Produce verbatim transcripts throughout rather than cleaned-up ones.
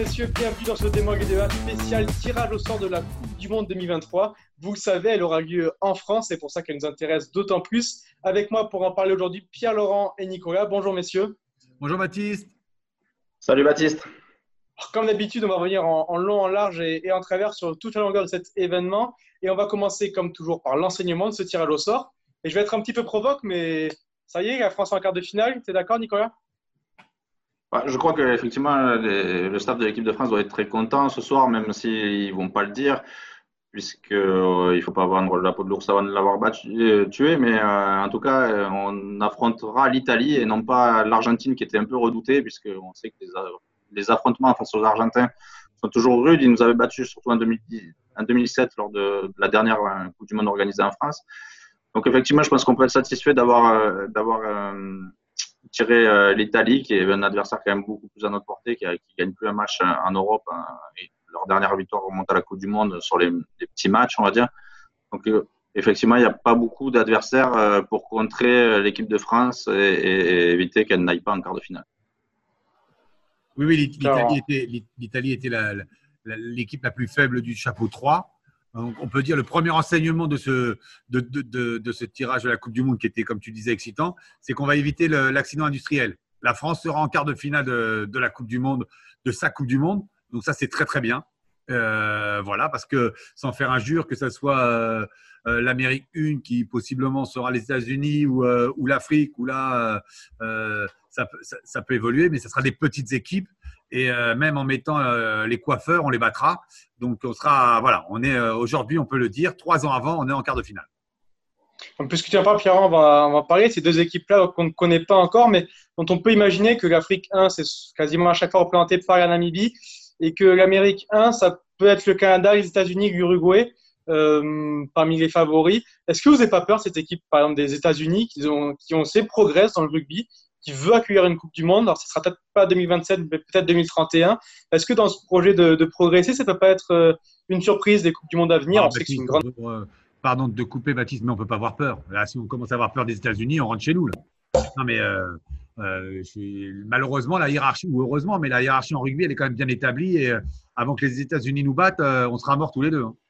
messieurs, bienvenue dans ce Démo G deux A spécial tirage au sort de la Coupe du Monde deux mille vingt-trois. Vous le savez, elle aura lieu en France, c'est pour ça qu'elle nous intéresse d'autant plus. Avec moi pour en parler aujourd'hui, Pierre-Laurent et Nicolas. Bonjour messieurs. Bonjour Baptiste. Salut Baptiste. Alors, comme d'habitude, on va revenir en, en long, en large et, et en travers sur toute la longueur de cet événement. Et on va commencer comme toujours par l'enseignement de ce tirage au sort. Et je vais être un petit peu provoque, mais ça y est, la France est en quart de finale. Tu es d'accord Nicolas ? Je crois qu'effectivement, le staff de l'équipe de France doit être très content ce soir, même s'ils ne vont pas le dire, puisqu'il euh, ne faut pas vendre la peau de l'ours avant de l'avoir battu, tué. Mais euh, en tout cas, on affrontera l'Italie et non pas l'Argentine qui était un peu redoutée, puisqu'on sait que les, les affrontements face aux Argentins sont toujours rudes. Ils nous avaient battus surtout en, deux mille dix, en deux mille sept lors de, de la dernière Coupe du Monde organisée en France. Donc effectivement, je pense qu'on peut être satisfait d'avoir d'avoir euh, tiré euh, l'Italie, qui est un adversaire quand même beaucoup plus à notre portée, qui, ne gagne plus un match en Europe. Hein, et leur dernière victoire remonte à la Coupe du Monde sur les, les petits matchs, on va dire. Donc euh, effectivement, il n'y a pas beaucoup d'adversaires euh, pour contrer l'équipe de France et, et, et éviter qu'elle n'aille pas en quart de finale. Oui, oui, l'Italie était, l'Italie était la, la, l'équipe la plus faible du chapeau trois. Donc, on peut dire le premier enseignement de ce, de, de, de, de ce tirage de la Coupe du Monde qui était, comme tu disais, excitant, c'est qu'on va éviter le, l'accident industriel. La France sera en quart de finale de, de la Coupe du Monde, de sa Coupe du Monde. Donc ça, c'est très, très bien. Euh, voilà, parce que sans faire injure, que ce soit euh, euh, l'Amérique une qui possiblement sera les États-Unis ou, euh, ou l'Afrique, où là, euh, ça, ça, ça peut évoluer, mais ce sera des petites équipes. Et euh, même en mettant euh, les coiffeurs, on les battra. Donc, on sera, voilà, on est euh, aujourd'hui, on peut le dire, trois ans avant, on est en quart de finale. Puisque tu en parles, Pierre, on va, on va parler de ces deux équipes-là qu'on ne connaît pas encore, mais dont on peut imaginer que l'Afrique un, c'est quasiment à chaque fois représenté par la Namibie, et que l'Amérique un, ça peut être le Canada, les États-Unis, l'Uruguay, euh, parmi les favoris. Est-ce que vous n'avez pas peur, cette équipe, par exemple, des États-Unis, qui ont, qui ont aussi progressé dans le rugby, qui veut accueillir une Coupe du Monde? Alors, ce ne sera peut-être pas deux mille vingt-sept, mais peut-être deux mille trente et un. Est-ce que dans ce projet de, de progresser, ça ne peut pas être une surprise des Coupes du Monde à venir? Ah, on sait Baptiste, que c'est une grande… euh, pardon de te couper, Baptiste, mais on ne peut pas avoir peur. Là, si on commence à avoir peur des États-Unis, on rentre chez nous. Là. Non, mais euh, euh, malheureusement, la hiérarchie, ou heureusement, mais la hiérarchie en rugby, elle est quand même bien établie. Et euh, avant que les États-Unis nous battent, euh, on sera morts tous les deux. Hein.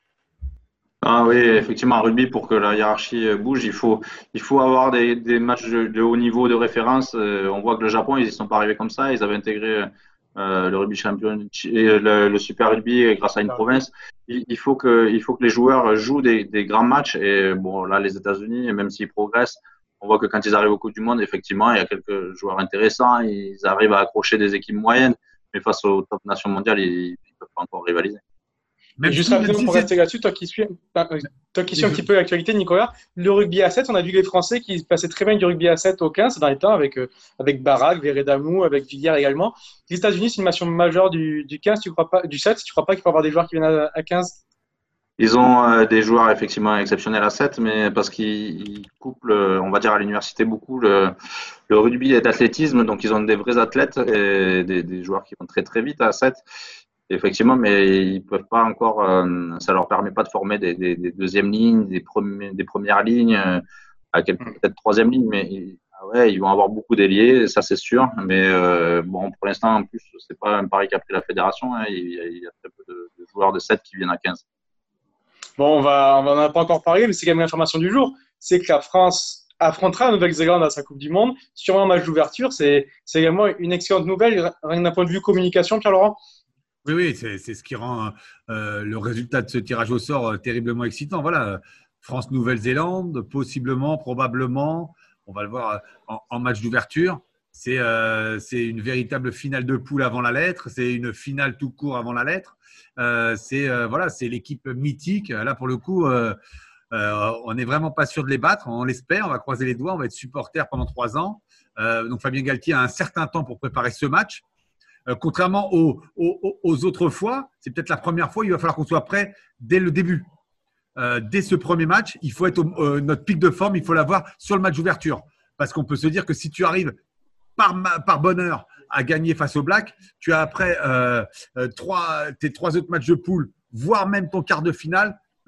Ah oui, effectivement, en rugby, pour que la hiérarchie bouge, il faut, il faut avoir des, des matchs de, de haut niveau de référence. Euh, on voit que le Japon, ils n'y sont pas arrivés comme ça. Ils avaient intégré euh, le rugby champion et le, le super rugby grâce à une province. Il, il, faut que, il faut que les joueurs jouent des, des grands matchs. Et bon, là, les États-Unis, même s'ils progressent, on voit que quand ils arrivent au Coupe du Monde, effectivement, il y a quelques joueurs intéressants. Ils arrivent à accrocher des équipes moyennes. Mais face aux top nations mondiales, ils ne peuvent pas encore rivaliser. Même et juste si, rapidement, si pour rester là-dessus, toi qui suis, toi qui suis un petit peu l'actualité, Nicolas, le rugby à sept, on a vu les Français qui passaient très bien du rugby à sept au quinze dans les temps, avec, avec Barak, Véredamou, avec Villiers également. Les États-Unis, c'est une nation majeure du, du quinze, tu crois pas, du sept, tu ne crois pas qu'il peut y avoir des joueurs qui viennent à, à quinze? Ils ont euh, des joueurs effectivement exceptionnels à sept, mais parce qu'ils couplent, on va dire à l'université, beaucoup le, le rugby et l'athlétisme, donc ils ont des vrais athlètes et des, des joueurs qui vont très très vite à sept. Effectivement, mais ils peuvent pas encore, euh, ça leur permet pas de former des, des, des deuxièmes lignes, des, premiers, des premières lignes, euh, à quelques peut-être troisième ligne, mais ah ouais, ils vont avoir beaucoup d'ailiers, ça c'est sûr. Mais euh, bon, pour l'instant, en plus, c'est pas un pari qu'a pris la fédération. Hein, il, y a, il y a très peu de, de joueurs de sept qui viennent à quinze. Bon, on va, on en a pas encore parlé, mais c'est quand même l'information du jour, c'est que la France affrontera la Nouvelle-Zélande à sa Coupe du Monde. Sûrement un match d'ouverture, c'est, c'est également une excellente nouvelle, rien d'un point de vue communication, Pierre-Laurent. Oui, oui, c'est, c'est ce qui rend euh, le résultat de ce tirage au sort euh, terriblement excitant. Voilà, France-Nouvelle-Zélande, possiblement, probablement, on va le voir en, en match d'ouverture. C'est, euh, c'est une véritable finale de poule avant la lettre. C'est une finale tout court avant la lettre. Euh, c'est euh, voilà, c'est l'équipe mythique. Là, pour le coup, euh, euh, on n'est vraiment pas sûr de les battre. On l'espère. On va croiser les doigts. On va être supporter pendant trois ans. Euh, donc, Fabien Galtier a un certain temps pour préparer ce match. Euh, contrairement aux, aux, aux autres fois, c'est peut-être la première fois, il va falloir qu'on soit prêt dès le début. Euh, dès ce premier match, il faut être au, euh, notre pic de forme, il faut l'avoir sur le match d'ouverture. Parce qu'on peut se dire que si tu arrives par, par bonheur à gagner face au Black, tu as après euh, euh, trois, tes trois autres matchs de poule, voire même ton quart de finale,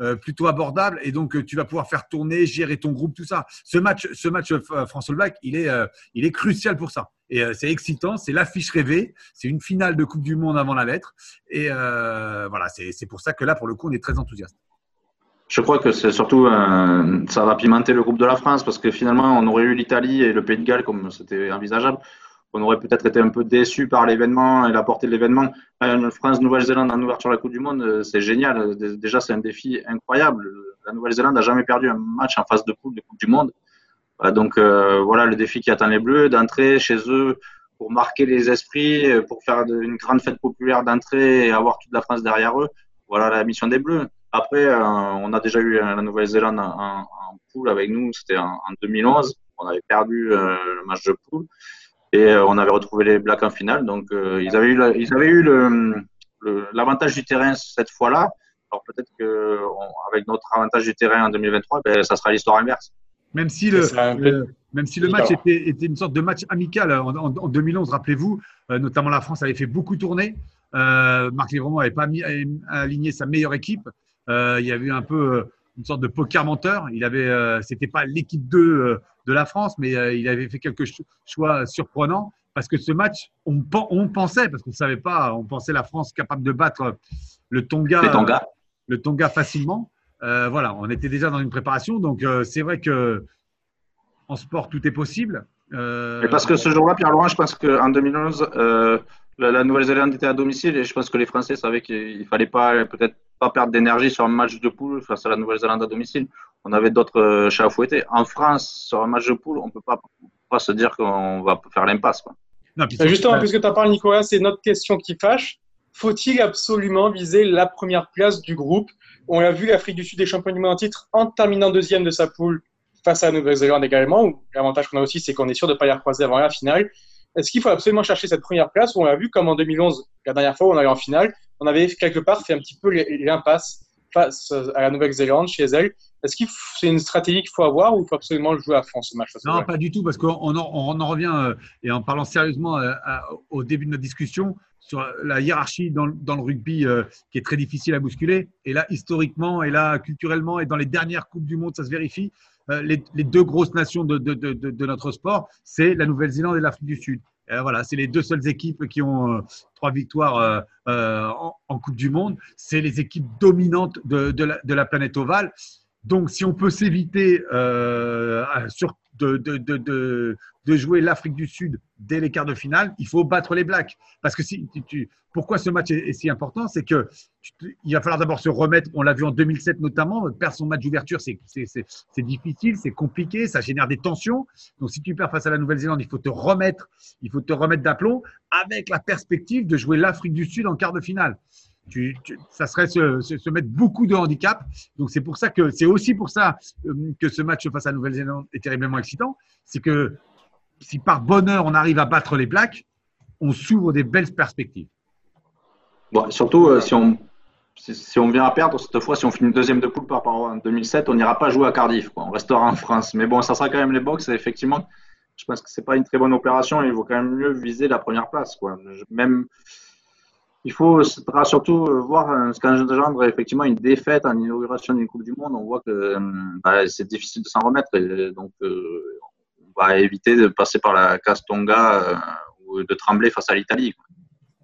euh, plutôt abordable et donc euh, tu vas pouvoir faire tourner, gérer ton groupe, tout ça. Ce match, ce match euh, France All Black, il est, euh, il est crucial pour ça. Et euh, c'est excitant, c'est l'affiche rêvée, c'est une finale de Coupe du Monde avant la lettre. Et euh, voilà, c'est, c'est pour ça que là, pour le coup, on est très enthousiaste. Je crois que c'est surtout, euh, ça va pimenter le groupe de la France parce que finalement, on aurait eu l'Italie et le Pays de Galles comme c'était envisageable. On aurait peut-être été un peu déçus par l'événement et la portée de l'événement. Euh, France-Nouvelle-Zélande en ouverture de la Coupe du Monde, c'est génial. Déjà, c'est un défi incroyable. La Nouvelle-Zélande n'a jamais perdu un match en phase de poule de Coupe du Monde. Donc euh, voilà le défi qui attend les Bleus, d'entrer chez eux pour marquer les esprits, pour faire une grande fête populaire d'entrée et avoir toute la France derrière eux. Voilà la mission des Bleus. Après, euh, on a déjà eu la Nouvelle-Zélande en, en poule avec nous, c'était en, en deux mille onze. On avait perdu euh, le match de poule et euh, on avait retrouvé les Blacks en finale. Donc euh, ils avaient eu, la, ils avaient eu le, le, l'avantage du terrain cette fois-là. Alors peut-être qu'avec notre avantage du terrain en deux mille vingt-trois, ben, ça sera l'histoire inverse. Même si le, le, même si le match était, était une sorte de match amical en, en, en deux mille onze, rappelez-vous, euh, notamment la France avait fait beaucoup tourner. Euh, Marc Livremont n'avait pas mis, aligné sa meilleure équipe. Euh, il y avait un peu euh, une sorte de poker menteur. Il avait, euh, c'était pas l'équipe deux euh, de la France, mais euh, il avait fait quelques choix surprenants parce que ce match, on, on pensait, parce qu'on ne savait pas, on pensait la France capable de battre le Tonga, Tonga. Euh, le Tonga facilement. Euh, voilà, on était déjà dans une préparation, donc euh, c'est vrai que en sport tout est possible. Euh, et parce que ce jour-là, Pierre-Laurent, je pense qu'en deux mille onze, euh, la, la Nouvelle-Zélande était à domicile et je pense que les Français savaient qu'il fallait pas peut-être pas perdre d'énergie sur un match de poule face à la Nouvelle-Zélande à domicile. On avait d'autres euh, chats à fouetter. En France, sur un match de poule, on ne peut pas, pas se dire qu'on va faire l'impasse, quoi. Non, justement, puisque tu en parles, Nicolas, c'est notre question qui fâche. Faut-il absolument viser la première place du groupe? On l'a vu, l'Afrique du Sud est champion du monde en titre en terminant deuxième de sa poule face à la Nouvelle-Zélande également. L'avantage qu'on a aussi, c'est qu'on est sûr de ne pas les recroiser avant la finale. Est-ce qu'il faut absolument chercher cette première place? On l'a vu comme en deux mille onze, la dernière fois où on allait en finale, on avait quelque part fait un petit peu l'impasse face à la Nouvelle-Zélande chez elle. Est-ce que c'est une stratégie qu'il faut avoir ou il faut absolument jouer à fond ce match? Non, pas du tout, parce qu'on en, on en revient, euh, et en parlant sérieusement euh, à, au début de notre discussion, sur la hiérarchie dans, dans le rugby euh, qui est très difficile à bousculer. Et là, historiquement, et là, culturellement, et dans les dernières Coupes du Monde, ça se vérifie, euh, les, les deux grosses nations de, de, de, de notre sport, c'est la Nouvelle-Zélande et l'Afrique du Sud. Et voilà, c'est les deux seules équipes qui ont euh, trois victoires euh, euh, en, en Coupe du Monde. C'est les équipes dominantes de, de, la, de la planète ovale. Donc, si on peut s'éviter euh, sur, de, de, de, de, de jouer l'Afrique du Sud dès les quarts de finale, il faut battre les Blacks. Parce que si, tu, tu, pourquoi ce match est, est si important, c'est que tu, il va falloir d'abord se remettre. On l'a vu en deux mille sept notamment, perdre son match d'ouverture, c'est, c'est, c'est, c'est difficile, c'est compliqué, ça génère des tensions. Donc, si tu perds face à la Nouvelle-Zélande, il faut te remettre, il faut te remettre d'aplomb avec la perspective de jouer l'Afrique du Sud en quart de finale. Tu, tu, ça serait se, se, se mettre beaucoup de handicap. Donc, c'est pour ça que c'est aussi pour ça que ce match face à la Nouvelle-Zélande est terriblement excitant. C'est que si par bonheur on arrive à battre les Blacks, on s'ouvre des belles perspectives. Bon, surtout euh, si on si, si on vient à perdre cette fois, si on finit deuxième de poule par rapport en deux mille sept, on n'ira pas jouer à Cardiff, quoi. On restera en France. Mais bon, ça sera quand même les Box. Et effectivement, je pense que c'est pas une très bonne opération. Il vaut quand même mieux viser la première place, quoi. Même il faut surtout voir ce qu'engendre effectivement une défaite en inauguration d'une Coupe du Monde. On voit que bah, c'est difficile de s'en remettre. Et donc, euh, on va éviter de passer par la case Tonga euh, ou de trembler face à l'Italie, quoi.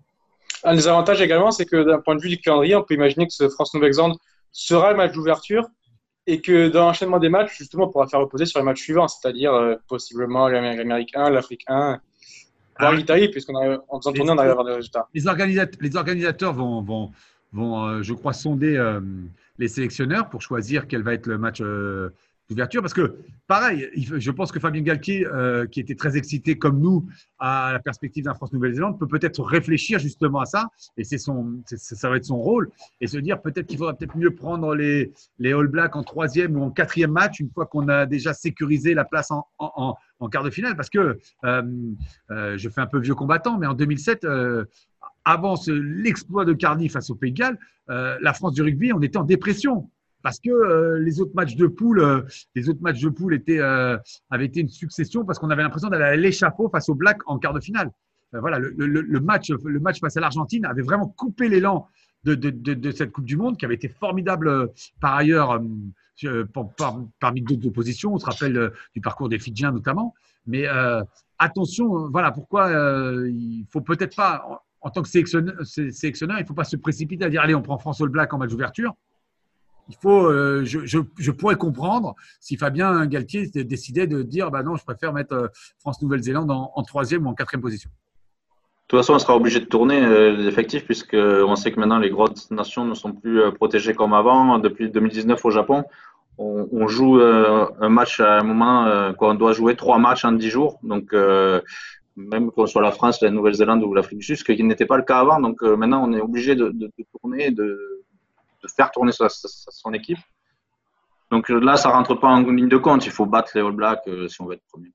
Un des avantages également, c'est que d'un point de vue du calendrier, on peut imaginer que ce France-Nouvelle-Zélande sera le match d'ouverture et que dans l'enchaînement des matchs, justement, on pourra faire reposer sur les matchs suivants, c'est-à-dire euh, possiblement l'Amérique un, l'Afrique un. Voir ah, l'Italie, puisqu'en faisant tourner, on arrive à avoir des résultats. Les organisateurs, les organisateurs vont, vont, vont euh, je crois, sonder euh, les sélectionneurs pour choisir quel va être le match euh, d'ouverture. Parce que, pareil, je pense que Fabien Galtier, euh, qui était très excité comme nous à la perspective d'un France-Nouvelle-Zélande, peut peut-être réfléchir justement à ça. Et c'est son, c'est, ça va être son rôle. Et se dire peut-être qu'il faudra peut-être mieux prendre les, les All Blacks en troisième ou en quatrième match, une fois qu'on a déjà sécurisé la place en, en, en en quart de finale, parce que euh, euh, je fais un peu vieux combattant, mais en deux mille sept, euh, avant ce, l'exploit de Cardiff face au Pays de Galles, euh, la France du rugby, on était en dépression parce que euh, les autres matchs de poule, euh, les autres matchs de poule étaient, euh, avaient été une succession parce qu'on avait l'impression d'aller à l'échafaud face aux Blacks en quart de finale. Euh, voilà, le, le, le match, le match face à l'Argentine avait vraiment coupé l'élan de, de, de, de cette Coupe du Monde qui avait été formidable euh, par ailleurs euh, par, par, parmi d'autres oppositions. On se rappelle euh, du parcours des Fidjiens notamment. Mais euh, attention, voilà pourquoi euh, il faut peut-être pas, en, en tant que sélectionneur, sélectionneur, il ne faut pas se précipiter à dire allez, on prend France All Black en match d'ouverture. Il faut, euh, je, je, je pourrais comprendre si Fabien Galtier décidait de dire bah non, je préfère mettre euh, France-Nouvelle-Zélande en, en troisième ou en quatrième position. De toute façon, on sera obligé de tourner euh, les effectifs puisqu'on sait que maintenant les grosses nations ne sont plus euh, protégées comme avant. Depuis deux mille dix-neuf au Japon, on, on joue euh, un match à un moment euh, quand on doit jouer trois matchs en dix jours. Donc, euh, même qu'on soit la France, la Nouvelle-Zélande ou l'Afrique du Sud, ce qui n'était pas le cas avant. Donc, euh, maintenant, on est obligé de, de, de tourner, de, de faire tourner sa, sa, son équipe. Donc là, ça ne rentre pas en ligne de compte. Il faut battre les All Blacks euh, si on veut être premier.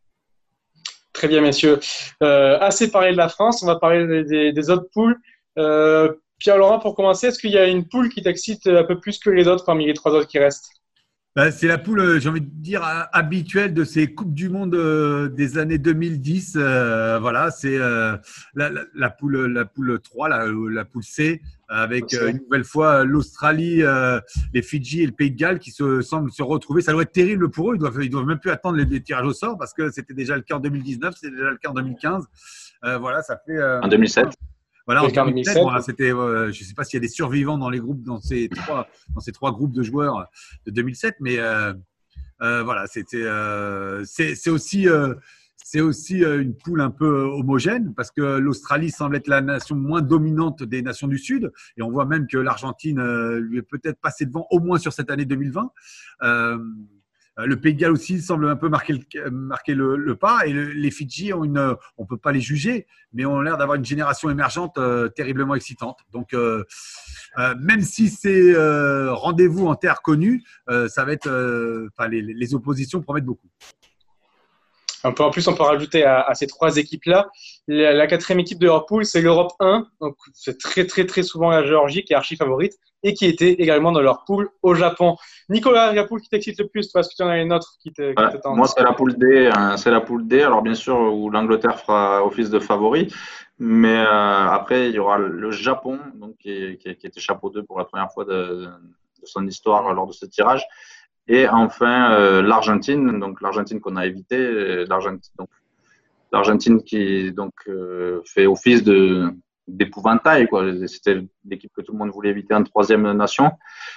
Très bien, messieurs. Euh, assez parlé de la France, on va parler des, des, des autres poules. Euh, Pierre-Laurent, pour commencer, est-ce qu'il y a une poule qui t'excite un peu plus que les autres parmi les trois autres qui restent? Ben, c'est la poule, j'ai envie de dire, habituelle de ces Coupes du Monde des années deux mille dix. Euh, voilà, c'est euh, la, la, la, poule, la poule trois, la, la poule C, avec euh, une nouvelle fois l'Australie, euh, les Fidji et le Pays de Galles qui se semblent se retrouver. Ça doit être terrible pour eux. Ils doivent, ils doivent même plus attendre les, les tirages au sort parce que c'était déjà le cas en deux mille dix-neuf, c'était déjà le cas en deux mille quinze. Euh, voilà, ça fait. Euh, en deux mille sept. Voilà, en deux mille sept, bon, c'était, euh, je ne sais pas s'il y a des survivants dans les groupes, dans ces trois, dans ces trois groupes de joueurs de deux mille sept, mais euh, euh, voilà, c'était, euh, c'est, c'est aussi, euh, c'est aussi une poule un peu homogène parce que l'Australie semble être la nation moins dominante des nations du Sud et on voit même que l'Argentine euh, lui est peut-être passée devant au moins sur cette année deux mille vingt. Euh, Le Pays de Galles aussi semble un peu marquer le, marquer le, le pas. Et le, les Fidji, ont une, on ne peut pas les juger, mais ont l'air d'avoir une génération émergente euh, terriblement excitante. Donc, euh, euh, même si c'est euh, rendez-vous en terre connue, euh, ça va être, euh, les, les oppositions promettent beaucoup. Un peu, en plus, on peut rajouter à, à ces trois équipes-là, la, la quatrième équipe de leur poule, c'est l'Europe un. Donc, c'est très, très, très souvent la Géorgie qui est archi favorite et qui était également dans leur poule au Japon. Nicolas, la poule qui t'excite le plus, toi, est-ce que tu en as une autre qui te, qui ouais, te tente? Moi, c'est la poule D. Hein, c'est la poule D. Alors, bien sûr, où l'Angleterre fera office de favori. Mais euh, après, il y aura le Japon, donc, qui, qui, qui était chapeau deux pour la première fois de, de son histoire lors de ce tirage. Et enfin, euh, l'Argentine, donc l'Argentine qu'on a évité, l'Argentine, donc, l'Argentine qui donc euh, fait office de d'épouvantail, quoi. C'était l'équipe que tout le monde voulait éviter en troisième nation.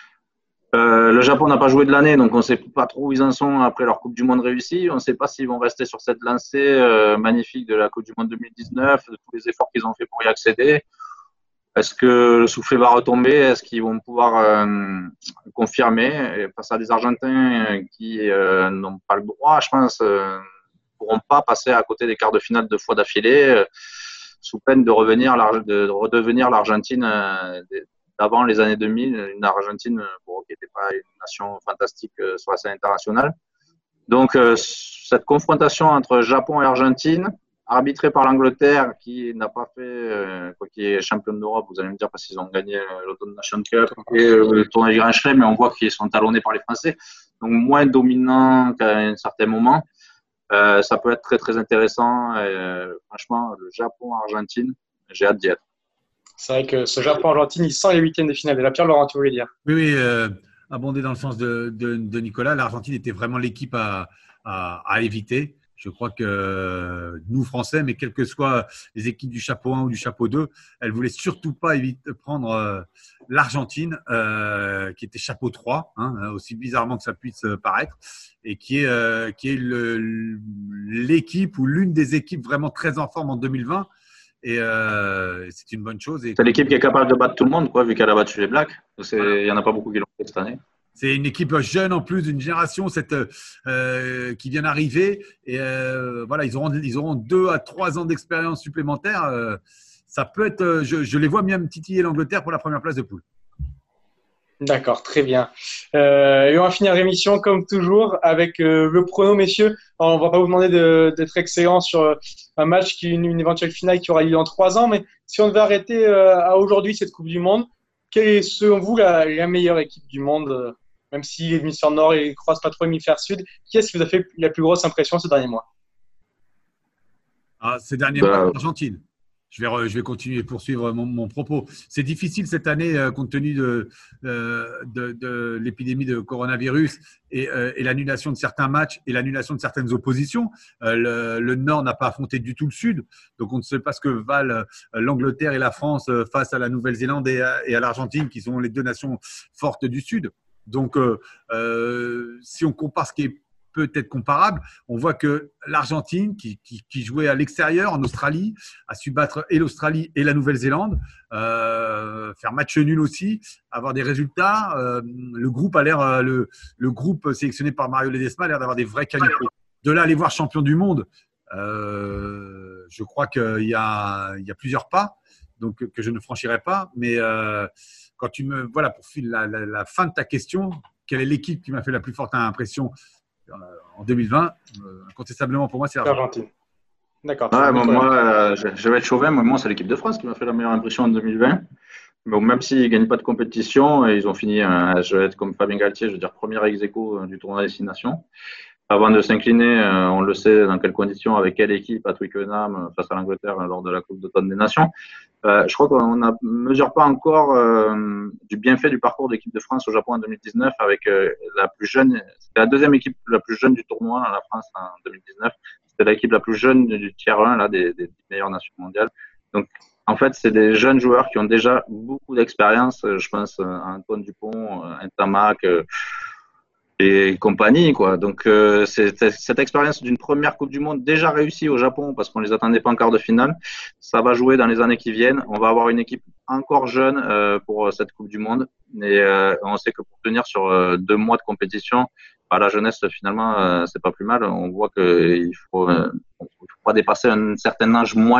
Euh, le Japon n'a pas joué de l'année, donc on ne sait pas trop où ils en sont après leur Coupe du Monde réussie. On ne sait pas s'ils vont rester sur cette lancée euh, magnifique de la Coupe du Monde deux mille dix-neuf, de tous les efforts qu'ils ont fait pour y accéder. Est-ce que le soufflet va retomber? Est-ce qu'ils vont pouvoir euh, confirmer face à des Argentins qui euh, n'ont pas le droit, je pense, euh, ne pourront pas passer à côté des quarts de finale deux fois d'affilée, euh, sous peine de revenir, de redevenir l'Argentine euh, d'avant les années deux mille, une Argentine bon, qui n'était pas une nation fantastique euh, sur la scène internationale. Donc, euh, cette confrontation entre Japon et Argentine, arbitré par l'Angleterre qui n'a pas fait, euh, quoi, qui est championne d'Europe, vous allez me dire, parce qu'ils ont gagné l'Automne Nation Cup et euh, le tournoi du Grand Chelem, mais on voit qu'ils sont talonnés par les Français, donc moins dominants qu'à un certain moment. Euh, ça peut être très très intéressant. Et, euh, franchement, le Japon-Argentine, j'ai hâte d'y être. C'est vrai que ce Japon-Argentine, il sent les huitièmes de finale. Et là, Pierre-Laurent, tu voulais dire? Oui, oui, euh, abondé dans le sens de, de, de Nicolas, l'Argentine était vraiment l'équipe à, à, à éviter. Je crois que nous, Français, mais quelles que soient les équipes du chapeau un ou du chapeau deux, elles ne voulaient surtout pas éviter, prendre euh, l'Argentine, euh, qui était chapeau trois, hein, aussi bizarrement que ça puisse paraître, et qui est, euh, qui est le, l'équipe ou l'une des équipes vraiment très en forme en deux mille vingt. Et euh, c'est une bonne chose. Et c'est l'équipe qui est capable de battre tout le monde, quoi, vu qu'elle a battu les Blacks. Il n'y en a pas beaucoup qui l'ont fait cette année. C'est une équipe jeune en plus d'une génération cette, euh, qui vient d'arriver. Et euh, voilà, ils auront, ils auront deux à trois ans d'expérience supplémentaire. Euh, ça peut être, je, je les vois même titiller l'Angleterre pour la première place de poule. D'accord, très bien. Euh, et on va finir l'émission comme toujours avec euh, le prono, messieurs. Alors, on ne va pas vous demander de, d'être excellent sur un match qui une, une éventuelle finale qui aura lieu dans trois ans, mais si on devait arrêter euh, à aujourd'hui cette Coupe du Monde, quelle est selon vous la, la meilleure équipe du monde, euh, même si l'hémisphère nord ne croise pas trop l'hémisphère sud? Qui est-ce qui vous a fait la plus grosse impression ces derniers mois? Ah, ces derniers bah, mois, l'Argentine. je vais, je vais continuer et poursuivre mon, mon propos. C'est difficile cette année, euh, compte tenu de, euh, de, de l'épidémie de coronavirus et, euh, et l'annulation de certains matchs et l'annulation de certaines oppositions. Euh, le, le Nord n'a pas affronté du tout le Sud, donc on ne sait pas ce que valent euh, l'Angleterre et la France euh, face à la Nouvelle-Zélande et à, et à l'Argentine, qui sont les deux nations fortes du Sud. Donc, euh, euh, si on compare ce qui est peut-être comparable, on voit que l'Argentine, qui, qui, qui jouait à l'extérieur en Australie, a su battre et l'Australie et la Nouvelle-Zélande, euh, faire match nul aussi, avoir des résultats. Euh, le groupe a l'air, le, le groupe sélectionné par Mario Ledesma a l'air d'avoir des vrais qualités. De là, aller voir champion du monde, euh, je crois qu'il y a, il y a plusieurs pas, donc que je ne franchirai pas. Mais euh, quand tu me, voilà, pour la, la, la fin de ta question, quelle est l'équipe qui m'a fait la plus forte impression en deux mille vingt? euh, Incontestablement pour moi, c'est l'Argentine. D'accord. Ouais, bon, moi, euh, je, je vais être chauvin. Moi, c'est l'équipe de France qui m'a fait la meilleure impression en deux mille vingt. Bon, même s'ils ne gagnent pas de compétition, ils ont fini, euh, je vais être comme Fabien Galtier, je veux dire, premier ex-aequo du tournoi Destination. Avant de s'incliner, euh, on le sait, dans quelles conditions, avec quelle équipe à Twickenham face à l'Angleterre lors de la Coupe d'automne des Nations. Euh, je crois qu'on ne mesure pas encore euh, du bienfait du parcours de l'équipe de France au Japon en deux mille dix-neuf, avec euh, la plus jeune, c'était la deuxième équipe la plus jeune du tournoi, la France en deux mille dix-neuf. C'était l'équipe la plus jeune du tiers un, là, des, des meilleures nations mondiales. Donc, en fait, c'est des jeunes joueurs qui ont déjà beaucoup d'expérience. Je pense à Antoine Dupont, à Ntamak, et compagnie, quoi. Donc, euh, c'est, cette expérience d'une première Coupe du Monde déjà réussie au Japon, parce qu'on les attendait pas en quart de finale, ça va jouer dans les années qui viennent. On va avoir une équipe encore jeune euh, pour cette Coupe du Monde. Et euh, on sait que pour tenir sur euh, deux mois de compétition, bah, la jeunesse, finalement, euh, c'est pas plus mal. On voit qu'il faut, euh, faut pas dépasser un certain âge moins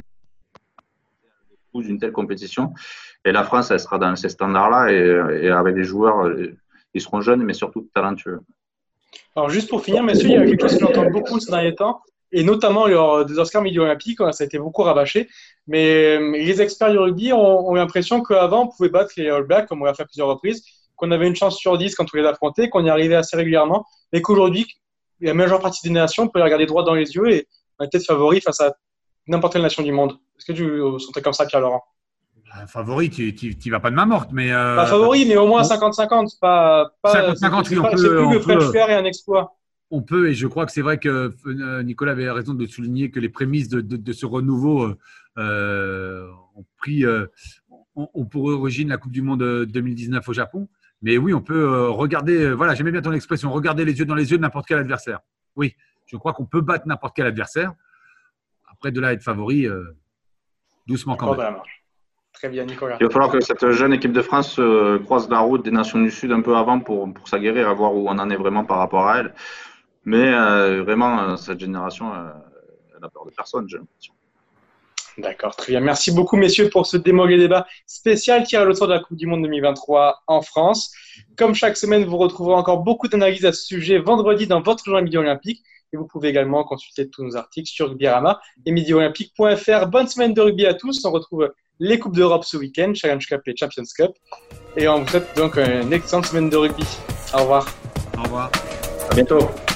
d'une telle compétition. Et la France, elle sera dans ces standards-là, et, et avec des joueurs, ils seront jeunes, mais surtout talentueux. Alors, juste pour finir, messieurs, il y a quelque chose que j'entends beaucoup ces derniers temps, et notamment lors des Oscars Midi Olympiques, ça a été beaucoup rabâché. Mais les experts du rugby ont, ont l'impression qu'avant, on pouvait battre les All Blacks, comme on l'a fait à plusieurs reprises, qu'on avait une chance sur dix quand on les affrontait, qu'on y arrivait assez régulièrement, mais qu'aujourd'hui, la majeure partie des nations peut les regarder droit dans les yeux et on est peut-être favori face à n'importe quelle nation du monde. Est-ce que tu sentais comme ça, Pierre-Laurent? Favori, tu n'y vas pas de main morte, mais… Euh, pas favori, mais au moins cinquante cinquante. Pas, pas, cinquante cinquante, oui, on peut… C'est plus on le peut, French Flair et un exploit. On peut, et je crois que c'est vrai que Nicolas avait raison de souligner que les prémices de, de, de ce renouveau euh, ont pris euh, ont, ont pour origine la Coupe du Monde deux mille dix-neuf au Japon. Mais oui, on peut euh, regarder, voilà, j'aimais bien ton expression, regarder les yeux dans les yeux de n'importe quel adversaire. Oui, je crois qu'on peut battre n'importe quel adversaire. Après, de là à être favori, euh, doucement quand même. Très bien, Nicolas. Il va falloir que cette jeune équipe de France euh, croise la route des nations du Sud un peu avant pour, pour s'aguerrir, à voir où on en est vraiment par rapport à elle. Mais euh, vraiment, cette génération, euh, elle a peur de personne, j'ai l'impression. D'accord, très bien. Merci beaucoup, messieurs, pour ce démolé débat spécial tirage au sort de la Coupe du Monde deux mille vingt-trois en France. Comme chaque semaine, vous retrouverez encore beaucoup d'analyses à ce sujet vendredi dans votre journal Midi Olympique. Et vous pouvez également consulter tous nos articles sur Rugbyrama et midi olympique point f r. Bonne semaine de rugby à tous. On retrouve les Coupes d'Europe ce week-end, Challenge Cup et Champions Cup. Et on vous souhaite donc une excellente semaine de rugby. Au revoir. Au revoir. À bientôt.